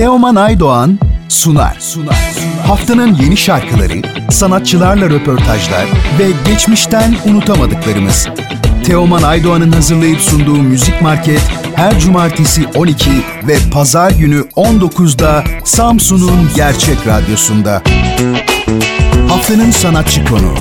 Teoman Aydoğan sunar. Haftanın yeni şarkıları, sanatçılarla röportajlar ve geçmişten unutamadıklarımız. Teoman Aydoğan'ın hazırlayıp sunduğu Müzik Market her cumartesi 12 ve pazar günü 19'da Samsun'un Gerçek Radyosu'nda. Haftanın sanatçı konuğu.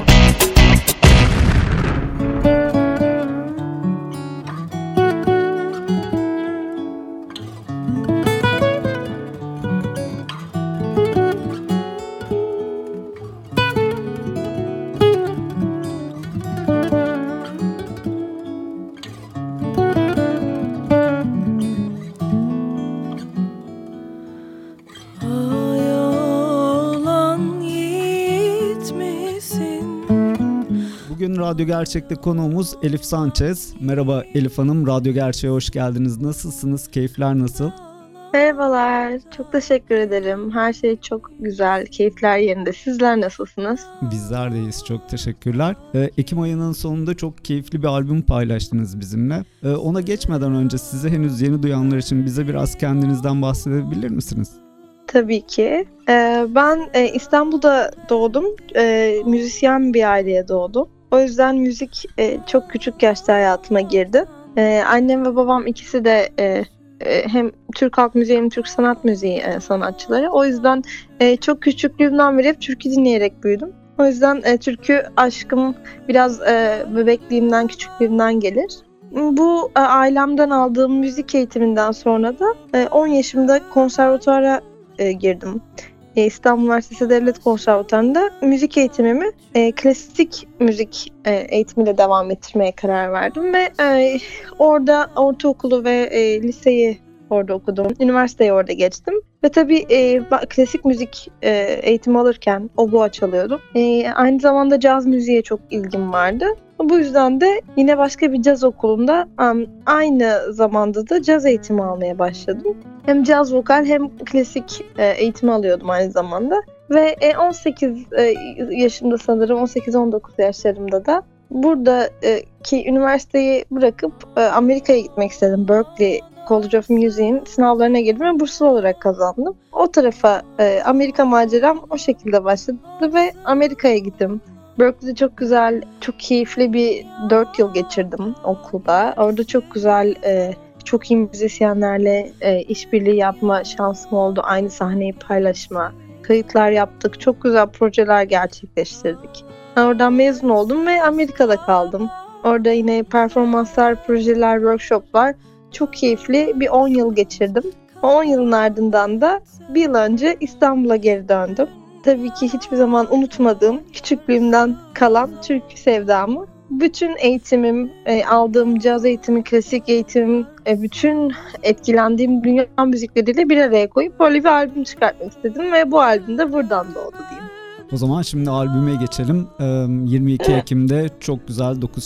Radyo Gerçek'te konuğumuz Elif Sanchez. Merhaba Elif Hanım, Radyo Gerçek'e hoş geldiniz. Nasılsınız? Keyifler nasıl? Merhabalar, çok teşekkür ederim. Her şey çok güzel, keyifler yerinde. Sizler nasılsınız? Bizler deyiz, çok teşekkürler. Ekim ayının sonunda çok keyifli bir albüm paylaştınız bizimle. Ona geçmeden önce size henüz yeni duyanlar için bize biraz kendinizden bahsedebilir misiniz? Tabii ki. Ben İstanbul'da doğdum. Müzisyen bir aileye doğdum. O yüzden müzik çok küçük yaşta hayatıma girdi. Annem ve babam ikisi de hem Türk halk müziği hem Türk sanat müziği sanatçıları. O yüzden çok küçüklüğümden beri hep türkü dinleyerek büyüdüm. O yüzden türkü aşkım biraz bebekliğimden, küçüklüğümden gelir. Bu ailemden aldığım müzik eğitiminden sonra da 10 yaşımda konservatuvara girdim. İstanbul Üniversitesi Devlet Konservatuvarı'nda müzik eğitimimi klasik müzik eğitimiyle devam ettirmeye karar verdim ve orada ortaokulu ve liseyi orada okudum. Üniversiteyi orada geçtim. Ve tabii klasik müzik eğitimi alırken oboa çalıyordum. Aynı zamanda caz müziğe çok ilgim vardı. Bu yüzden de yine başka bir caz okulunda aynı zamanda da caz eğitimi almaya başladım. Hem caz vokal hem klasik eğitimi alıyordum aynı zamanda. Ve 18 yaşımda sanırım 18-19 yaşlarımda da buradaki üniversiteyi bırakıp Amerika'ya gitmek istedim. Berkeley College of Music'in sınavlarına girdim ve burslu olarak kazandım. O tarafa Amerika maceram o şekilde başladı ve Amerika'ya gittim. Berkeley'de çok güzel, çok keyifli bir 4 yıl geçirdim okulda. Orada çok güzel, çok iyi müzisyenlerle işbirliği yapma şansım oldu. Aynı sahneyi paylaşma, kayıtlar yaptık, çok güzel projeler gerçekleştirdik. Oradan mezun oldum ve Amerika'da kaldım. Orada yine performanslar, projeler, workshoplar. Çok keyifli bir 10 yıl geçirdim. O 10 yılın ardından da bir yıl önce İstanbul'a geri döndüm. Tabii ki hiçbir zaman unutmadığım küçüklüğümden kalan türkü sevdamı. Bütün eğitimim, aldığım caz eğitimi, klasik eğitimim, bütün etkilendiğim dünya müzikleriyle bir araya koyup böyle bir albüm çıkartmak istedim ve bu albüm de buradan doğdu diyeyim. O zaman şimdi albüme geçelim. 22 Ekim'de çok güzel 9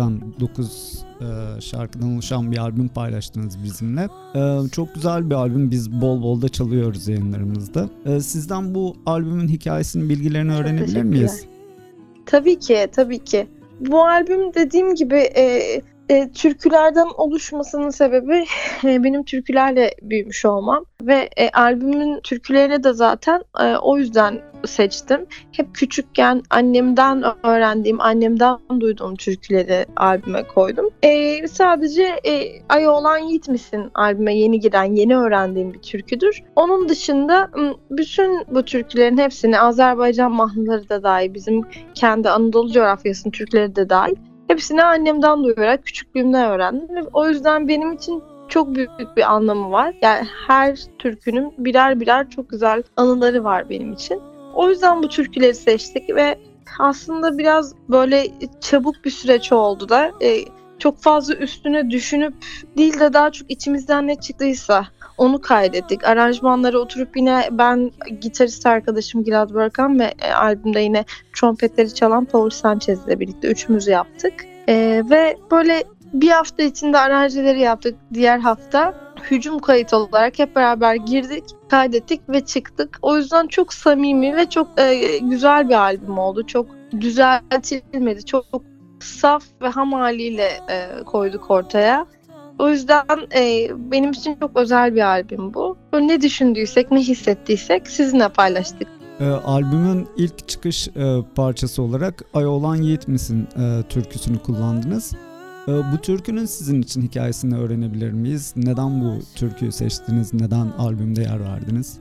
şarkıdan oluşan bir albüm paylaştınız bizimle. Çok güzel bir albüm. Biz bol bol da çalıyoruz yayınlarımızda. Sizden bu albümün hikayesinin bilgilerini öğrenebilir miyiz? Tabii ki. Bu albüm dediğim gibi türkülerden oluşmasının sebebi benim türkülerle büyümüş olmam ve albümün türkülerini de zaten o yüzden seçtim. Hep küçükken annemden öğrendiğim, annemden duyduğum türküleri albüme koydum. Sadece Ay Oğlan Yiğit Misin albüme yeni giren, yeni öğrendiğim bir türküdür. Onun dışında bütün bu türkülerin hepsini Azerbaycan mahlıları da dahil, bizim kendi Anadolu coğrafyasının türküleri de dahil, hepsini annemden duyarak küçüklüğümden öğrendim ve o yüzden benim için çok büyük bir anlamı var. Yani her türkünün birer birer çok güzel anıları var benim için. O yüzden bu türküleri seçtik ve aslında biraz böyle çabuk bir süreç oldu da çok fazla üstüne düşünüp değil de daha çok içimizden ne çıktıysa onu kaydettik. Aranjmanlara oturup yine ben, gitarist arkadaşım Gilad Börkan ve albümde yine trompetleri çalan Paul Sanchez ile birlikte üçümüzü yaptık. Ve böyle bir hafta içinde aranjeleri yaptık. Diğer hafta hücum kayıt olarak hep beraber girdik, kaydettik ve çıktık. O yüzden çok samimi ve çok güzel bir albüm oldu. Çok düzeltilmedi. Çok saf ve ham haliyle koyduk ortaya. O yüzden benim için çok özel bir albüm bu. Böyle ne düşündüysek, ne hissettiysek sizinle paylaştık. Albümün ilk çıkış parçası olarak Ay Olan Yiğit Misin türküsünü kullandınız. Bu türkünün sizin için hikayesini öğrenebilir miyiz? Neden bu türküyü seçtiniz? Neden albümde yer verdiniz?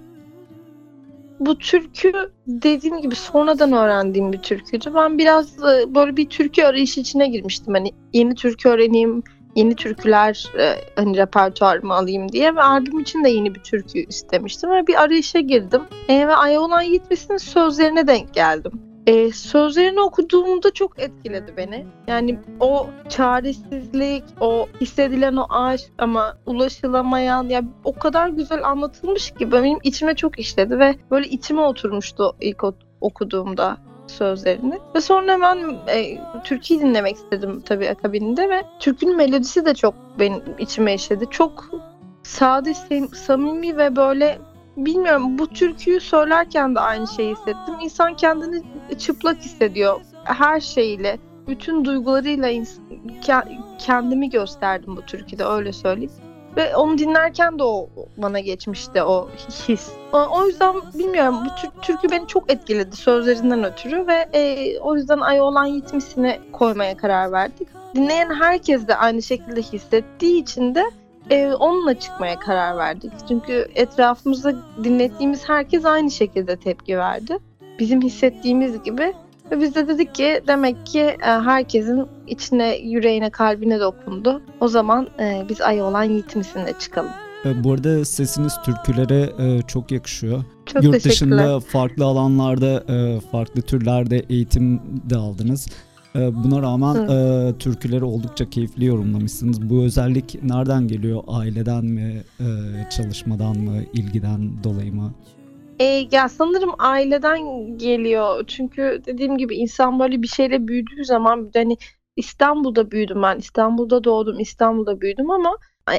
Bu türkü dediğim gibi sonradan öğrendiğim bir türküydü. Ben biraz böyle bir türkü arayışı içine girmiştim. Hani yeni türkü öğreneyim, yeni türküler hani repertuarıma alayım diye ve albüm için de yeni bir türkü istemiştim ve bir arayışa girdim. Ve Ay Olan Yiğit Misin'in sözlerine denk geldim. Sözlerini okuduğumda çok etkiledi beni. Yani o çaresizlik, o hissedilen o aşk ama ulaşılamayan, ya o kadar güzel anlatılmış ki benim içime çok işledi ve böyle içime oturmuştu ilk okuduğumda sözlerini. Ve sonra hemen türküyü dinlemek istedim tabii akabinde ve türkünün melodisi de çok benim içime işledi. Çok sade, samimi ve böyle bilmiyorum, bu türküyü söylerken de aynı şeyi hissettim. İnsan kendini çıplak hissediyor. Her şeyiyle, bütün duygularıyla kendimi gösterdim bu türküde, öyle söyleyeyim. Ve onu dinlerken de o bana geçmişti, o his. O yüzden bilmiyorum, bu türkü beni çok etkiledi sözlerinden ötürü ve o yüzden Ay Olan Yiğit Misin'i koymaya karar verdik. Dinleyen herkes de aynı şekilde hissettiği için de onunla çıkmaya karar verdik. Çünkü etrafımızda dinlettiğimiz herkes aynı şekilde tepki verdi. Bizim hissettiğimiz gibi. Ve biz de dedik ki demek ki herkesin içine, yüreğine, kalbine dokundu. O zaman biz Ay Olan Yiğit Misin'le çıkalım. Bu arada sesiniz türkülere çok yakışıyor. Çok Yurt teşekkürler. dışında farklı alanlarda, farklı türlerde eğitim de aldınız. Buna rağmen türküleri oldukça keyifli yorumlamışsınız. Bu özellik nereden geliyor? Aileden mi, çalışmadan mı, ilgiden dolayı mı? Ya sanırım aileden geliyor. Çünkü dediğim gibi insan böyle bir şeyle büyüdüğü zaman, hani İstanbul'da büyüdüm ben. İstanbul'da doğdum, İstanbul'da büyüdüm ama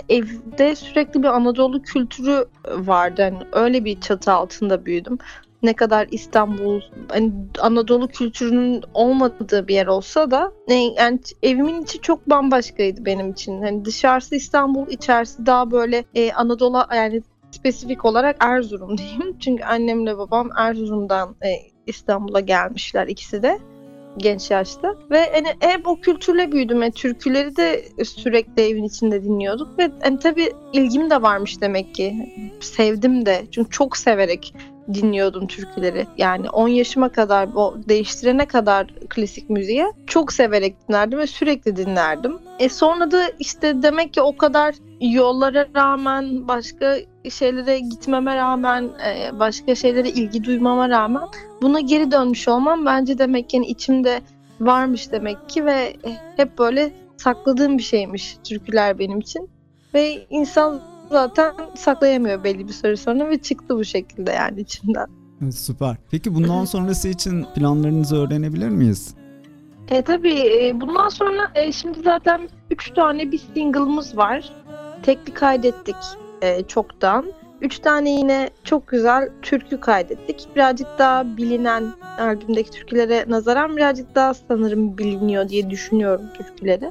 evde sürekli bir Anadolu kültürü vardı. Yani öyle bir çatı altında büyüdüm. Ne kadar İstanbul, hani Anadolu kültürünün olmadığı bir yer olsa da yani evimin içi çok bambaşkaydı benim için. Hani dışarısı İstanbul, içerisi daha böyle Anadolu, yani spesifik olarak Erzurum diyeyim. Çünkü annemle babam Erzurum'dan İstanbul'a gelmişler, ikisi de genç yaşta. Ve hani hep o kültürle büyüdüm. Yani türküleri de sürekli evin içinde dinliyorduk ve hani tabii ilgim de varmış demek ki. Sevdim de. Çünkü çok severek dinliyordum türküleri. Yani 10 yaşıma kadar, o değiştirene kadar klasik müziğe çok severek dinlerdim ve sürekli dinlerdim. Sonra da işte demek ki o kadar yollara rağmen, başka şeylere gitmeme rağmen, başka şeylere ilgi duymama rağmen buna geri dönmüş olmam bence demek ki yani içimde varmış demek ki ve hep böyle sakladığım bir şeymiş türküler benim için. Ve insan zaten saklayamıyor belli bir süre sonra ve çıktı bu şekilde yani içimden. Süper. Peki bundan sonrası için planlarınızı öğrenebilir miyiz? Tabii bundan sonra şimdi zaten 3 tane bir single'ımız var. Tek bir kaydettik çoktan. 3 tane yine çok güzel türkü kaydettik. Birazcık daha bilinen, albümdeki türkülere nazaran birazcık daha sanırım biliniyor diye düşünüyorum türküleri.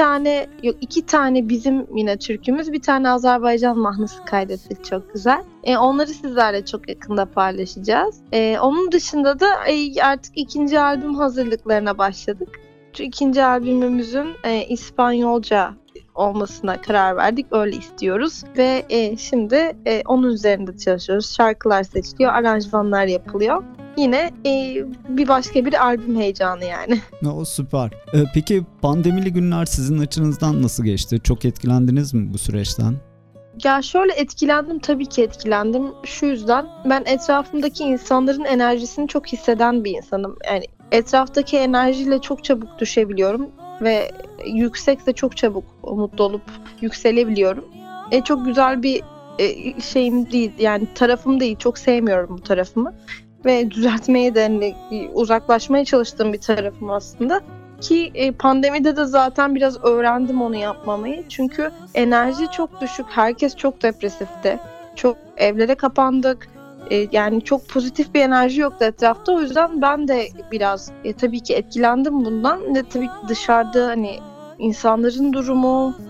2 tane bizim yine türkümüz, bir tane Azerbaycan mahnısı kaydettik çok güzel. Onları sizlerle çok yakında paylaşacağız. Onun dışında da artık ikinci albüm hazırlıklarına başladık. Şu ikinci albümümüzün İspanyolca olmasına karar verdik. Öyle istiyoruz. Ve şimdi onun üzerinde çalışıyoruz. Şarkılar seçiliyor, aranjmanlar yapılıyor. Yine bir başka bir albüm heyecanı yani. O süper. Peki pandemili günler sizin açınızdan nasıl geçti? Çok etkilendiniz mi bu süreçten? Ya şöyle etkilendim, tabii ki etkilendim. Şu yüzden ben etrafımdaki insanların enerjisini çok hisseden bir insanım. Yani etraftaki enerjiyle çok çabuk düşebiliyorum ve yüksekse çok çabuk mutlu olup yükselebiliyorum. Çok güzel bir şeyim değil, yani tarafım değil. Çok sevmiyorum bu tarafımı ve düzeltmeye de hani, uzaklaşmaya çalıştığım bir tarafım aslında. Ki pandemide de zaten biraz öğrendim onu yapmamayı. Çünkü enerji çok düşük. Herkes çok depresifti. Çok evlere kapandık. Yani çok pozitif bir enerji yoktu etrafta. O yüzden ben de biraz tabii ki etkilendim bundan. Ve tabii ki dışarıda hani insanların durumu,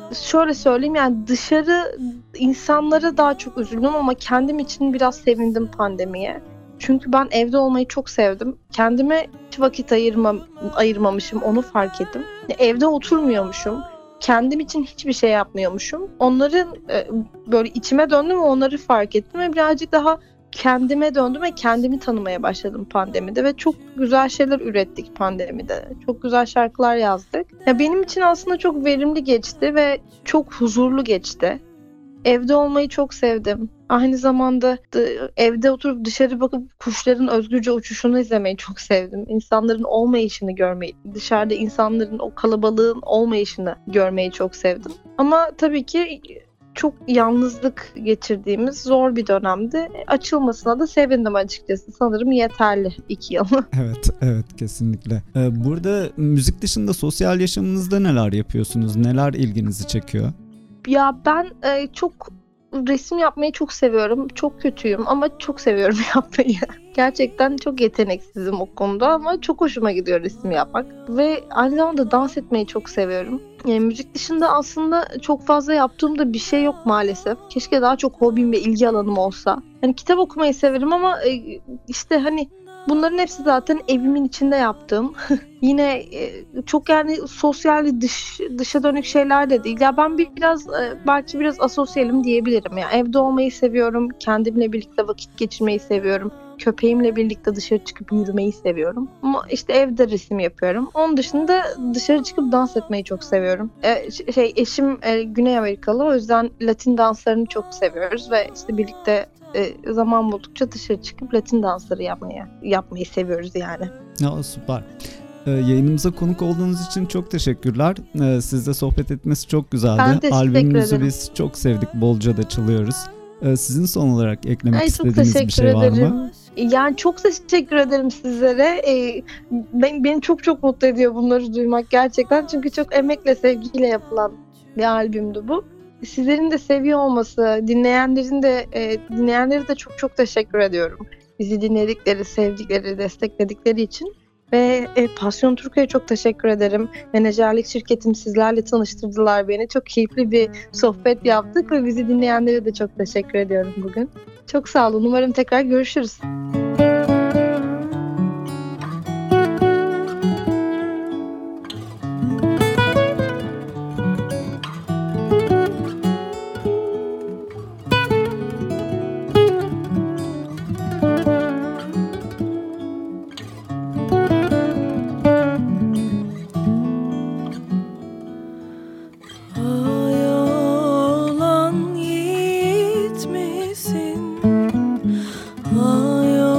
şöyle söyleyeyim, yani dışarı insanlara daha çok üzüldüm ama kendim için biraz sevindim pandemiye. Çünkü ben evde olmayı çok sevdim. Kendime hiç vakit ayırmamışım, onu fark ettim. Evde oturmuyormuşum. Kendim için hiçbir şey yapmıyormuşum. Onların böyle içime döndüm ve onları fark ettim ve birazcık daha kendime döndüm ve kendimi tanımaya başladım pandemide ve çok güzel şeyler ürettik pandemide. Çok güzel şarkılar yazdık. Ya benim için aslında çok verimli geçti ve çok huzurlu geçti. Evde olmayı çok sevdim. Aynı zamanda evde oturup dışarı bakıp kuşların özgürce uçuşunu izlemeyi çok sevdim. İnsanların olmayışını görmeyi, dışarıda insanların o kalabalığın olmayışını görmeyi çok sevdim. Ama tabii ki çok yalnızlık geçirdiğimiz zor bir dönemdi. Açılmasına da sevindim açıkçası. Sanırım yeterli 2 yıl. Evet kesinlikle. Burada müzik dışında sosyal yaşamınızda neler yapıyorsunuz? Neler ilginizi çekiyor? Ya ben çok resim yapmayı çok seviyorum. Çok kötüyüm ama çok seviyorum yapmayı. Gerçekten çok yeteneksizim o konuda ama çok hoşuma gidiyor resim yapmak. Ve aynı zamanda dans etmeyi çok seviyorum. Müzik dışında aslında çok fazla yaptığım da bir şey yok maalesef. Keşke daha çok hobim ve ilgi alanım olsa. Hani kitap okumayı severim ama işte hani bunların hepsi zaten evimin içinde yaptığım. Yine çok yani sosyal dışa dönük şeyler de değil. Ya ben biraz belki biraz asosyalim diyebilirim. Ya evde olmayı seviyorum. Kendimle birlikte vakit geçirmeyi seviyorum. Köpeğimle birlikte dışarı çıkıp yürümeyi seviyorum. Ama işte evde resim yapıyorum. Onun dışında dışarı çıkıp dans etmeyi çok seviyorum. Eşim Güney Amerikalı, o yüzden Latin danslarını çok seviyoruz ve işte birlikte zaman buldukça dışarı çıkıp Latin dansları yapmayı seviyoruz yani. Ya süper. Yayınımıza konuk olduğunuz için çok teşekkürler. Sizle sohbet etmesi çok güzeldi. Ben teşekkür Albümünüzü ederim. biz çok sevdik. Bolca da çalıyoruz. Sizin son olarak eklemek Çok istediğiniz bir şey var mı? Yani çok teşekkür ederim sizlere. Beni çok çok mutlu ediyor bunları duymak gerçekten. Çünkü çok emekle, sevgiyle yapılan bir albümdü bu. Sizlerin de seviyor olması, dinleyenleri de çok çok teşekkür ediyorum. Bizi dinledikleri, sevdikleri, destekledikleri için. Ve Passion Turku'ya çok teşekkür ederim. Menajerlik şirketim sizlerle tanıştırdılar beni. Çok keyifli bir sohbet yaptık ve bizi dinleyenlere de çok teşekkür ediyorum bugün. Çok sağ olun. Umarım tekrar görüşürüz. Ay olan yiğit misin? Ay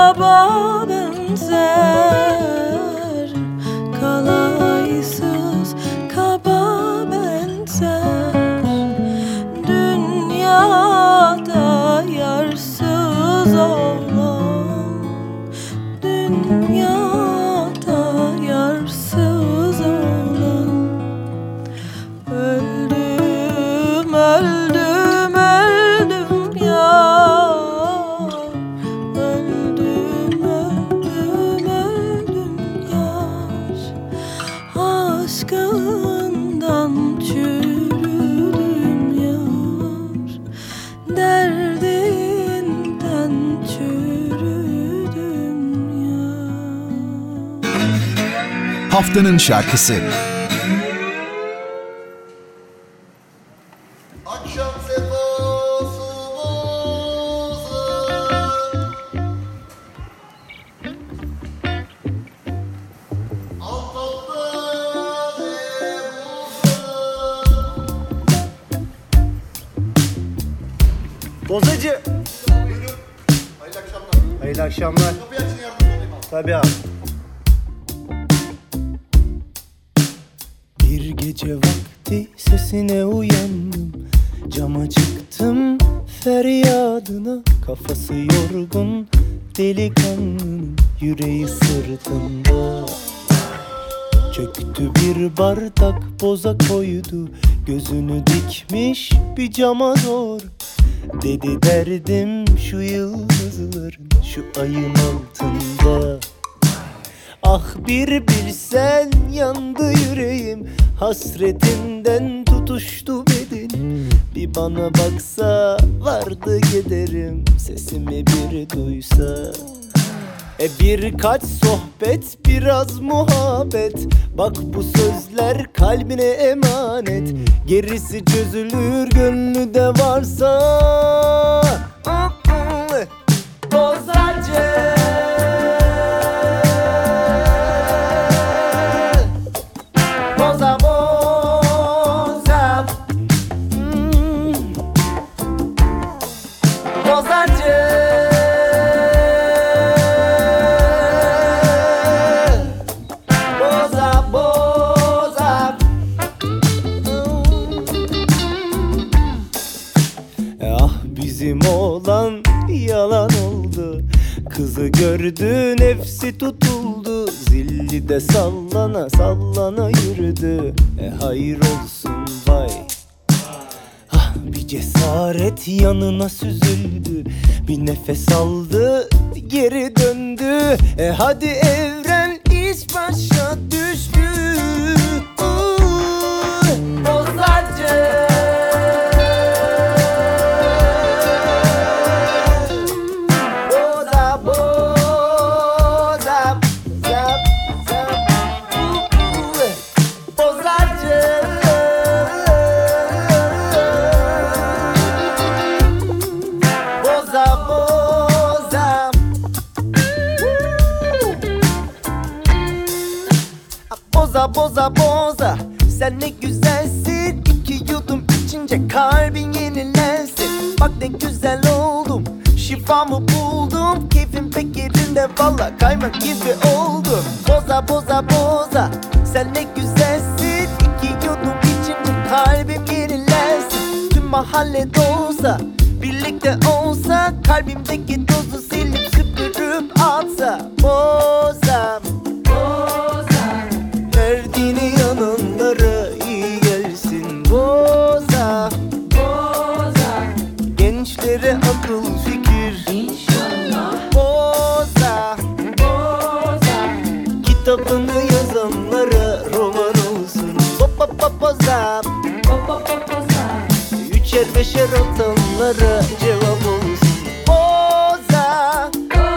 kaba benzer, kalaysız kaba benzer. Dünyada yarsız olan, dünyada yarsız olan. Öldüm, öldüm, öldüm yar. Öldüm, öldüm, öldüm yar. Aşkından çürüdüm yar. Derdinden çürüdüm yar. Haftanın şarkısı. Akşam sefası Bozacı. Buyurun. Hayırlı akşamlar. Hayırlı akşamlar. Kapıyı açın, yardımcı olayım abi. Tabii abi. Bir gece vakti sesine uyandım. Cama çıktım feryadına. Kafası yorgun delikanlının yüreği sırtında. Çöktü bir bardak boza koydu. Gözünü dikmiş bir cama doğru. Dedi derdim şu yıldızların, şu ayın altında. Ah bir bilsen yandı yüreğim, hasretinden tutuştu bedenim. Bir bana baksa vardı giderim, sesimi bir duysa. Birkaç sohbet, biraz muhabbet. Bak bu sözler kalbine emanet. Gerisi çözülür gönlü varsa. Bozacı. Boza boza. Bozacı. Bizim oğlan yalan oldu. Kızı gördü nefsi tutuldu. Zilli de sallana sallana yürüdü. Hayır olsun vay. Ah bir cesaret yanına süzüldü. Bir nefes aldı geri döndü. Hadi evren iş başa düştü. Bozacı. Boza boza, sen ne güzelsin. İki yudum içince kalbin yenilensin. Bak ne güzel oldum, şifamı buldum. Keyfim pek yerinde valla, kaymak gibi oldum. Boza boza boza, sen ne güzelsin. İki yudum içince kalbim yenilensin. Tüm mahalle dolsa, birlikte olsa, kalbimdeki tozu silip süpürüp atsa. Boza derdini yananlara iyi gelsin. Boza gençlere akıl fikir İnşallah. Boza kitabını yazanlara roman olsun. Boza üçer beşer atanlara cevap olsun. Boza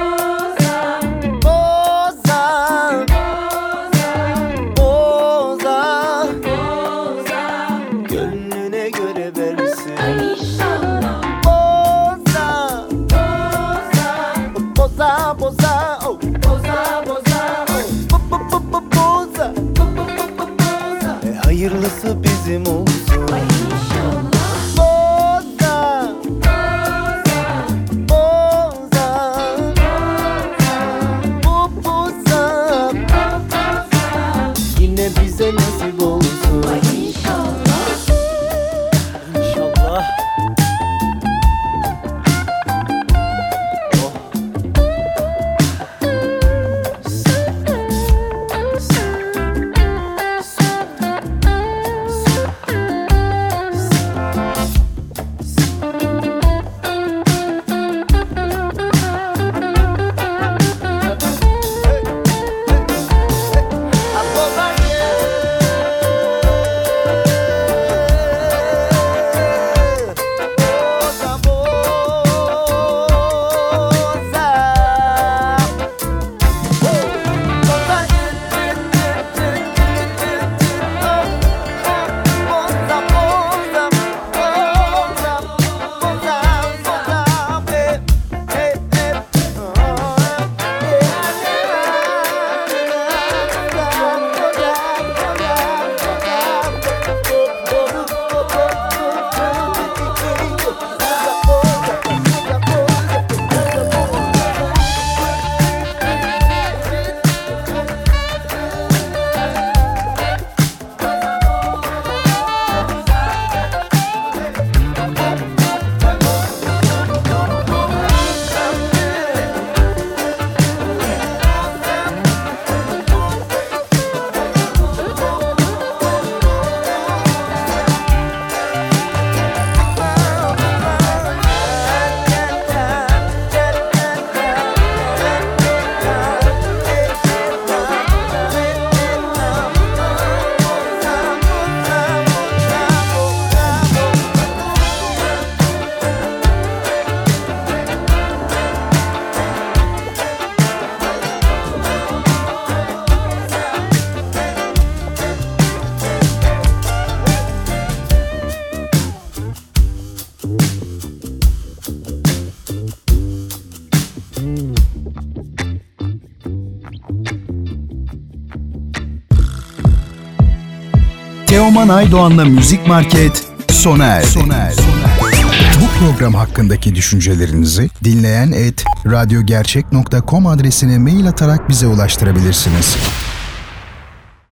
gönlüne göre versin. Boza boza oh. Boza hayırlısı bizim olsun. Boza Teoman Aydoğan'la Müzik Market sona erdi. Bu program hakkındaki düşüncelerinizi dinleyen @radyogercek.com adresine mail atarak bize ulaştırabilirsiniz.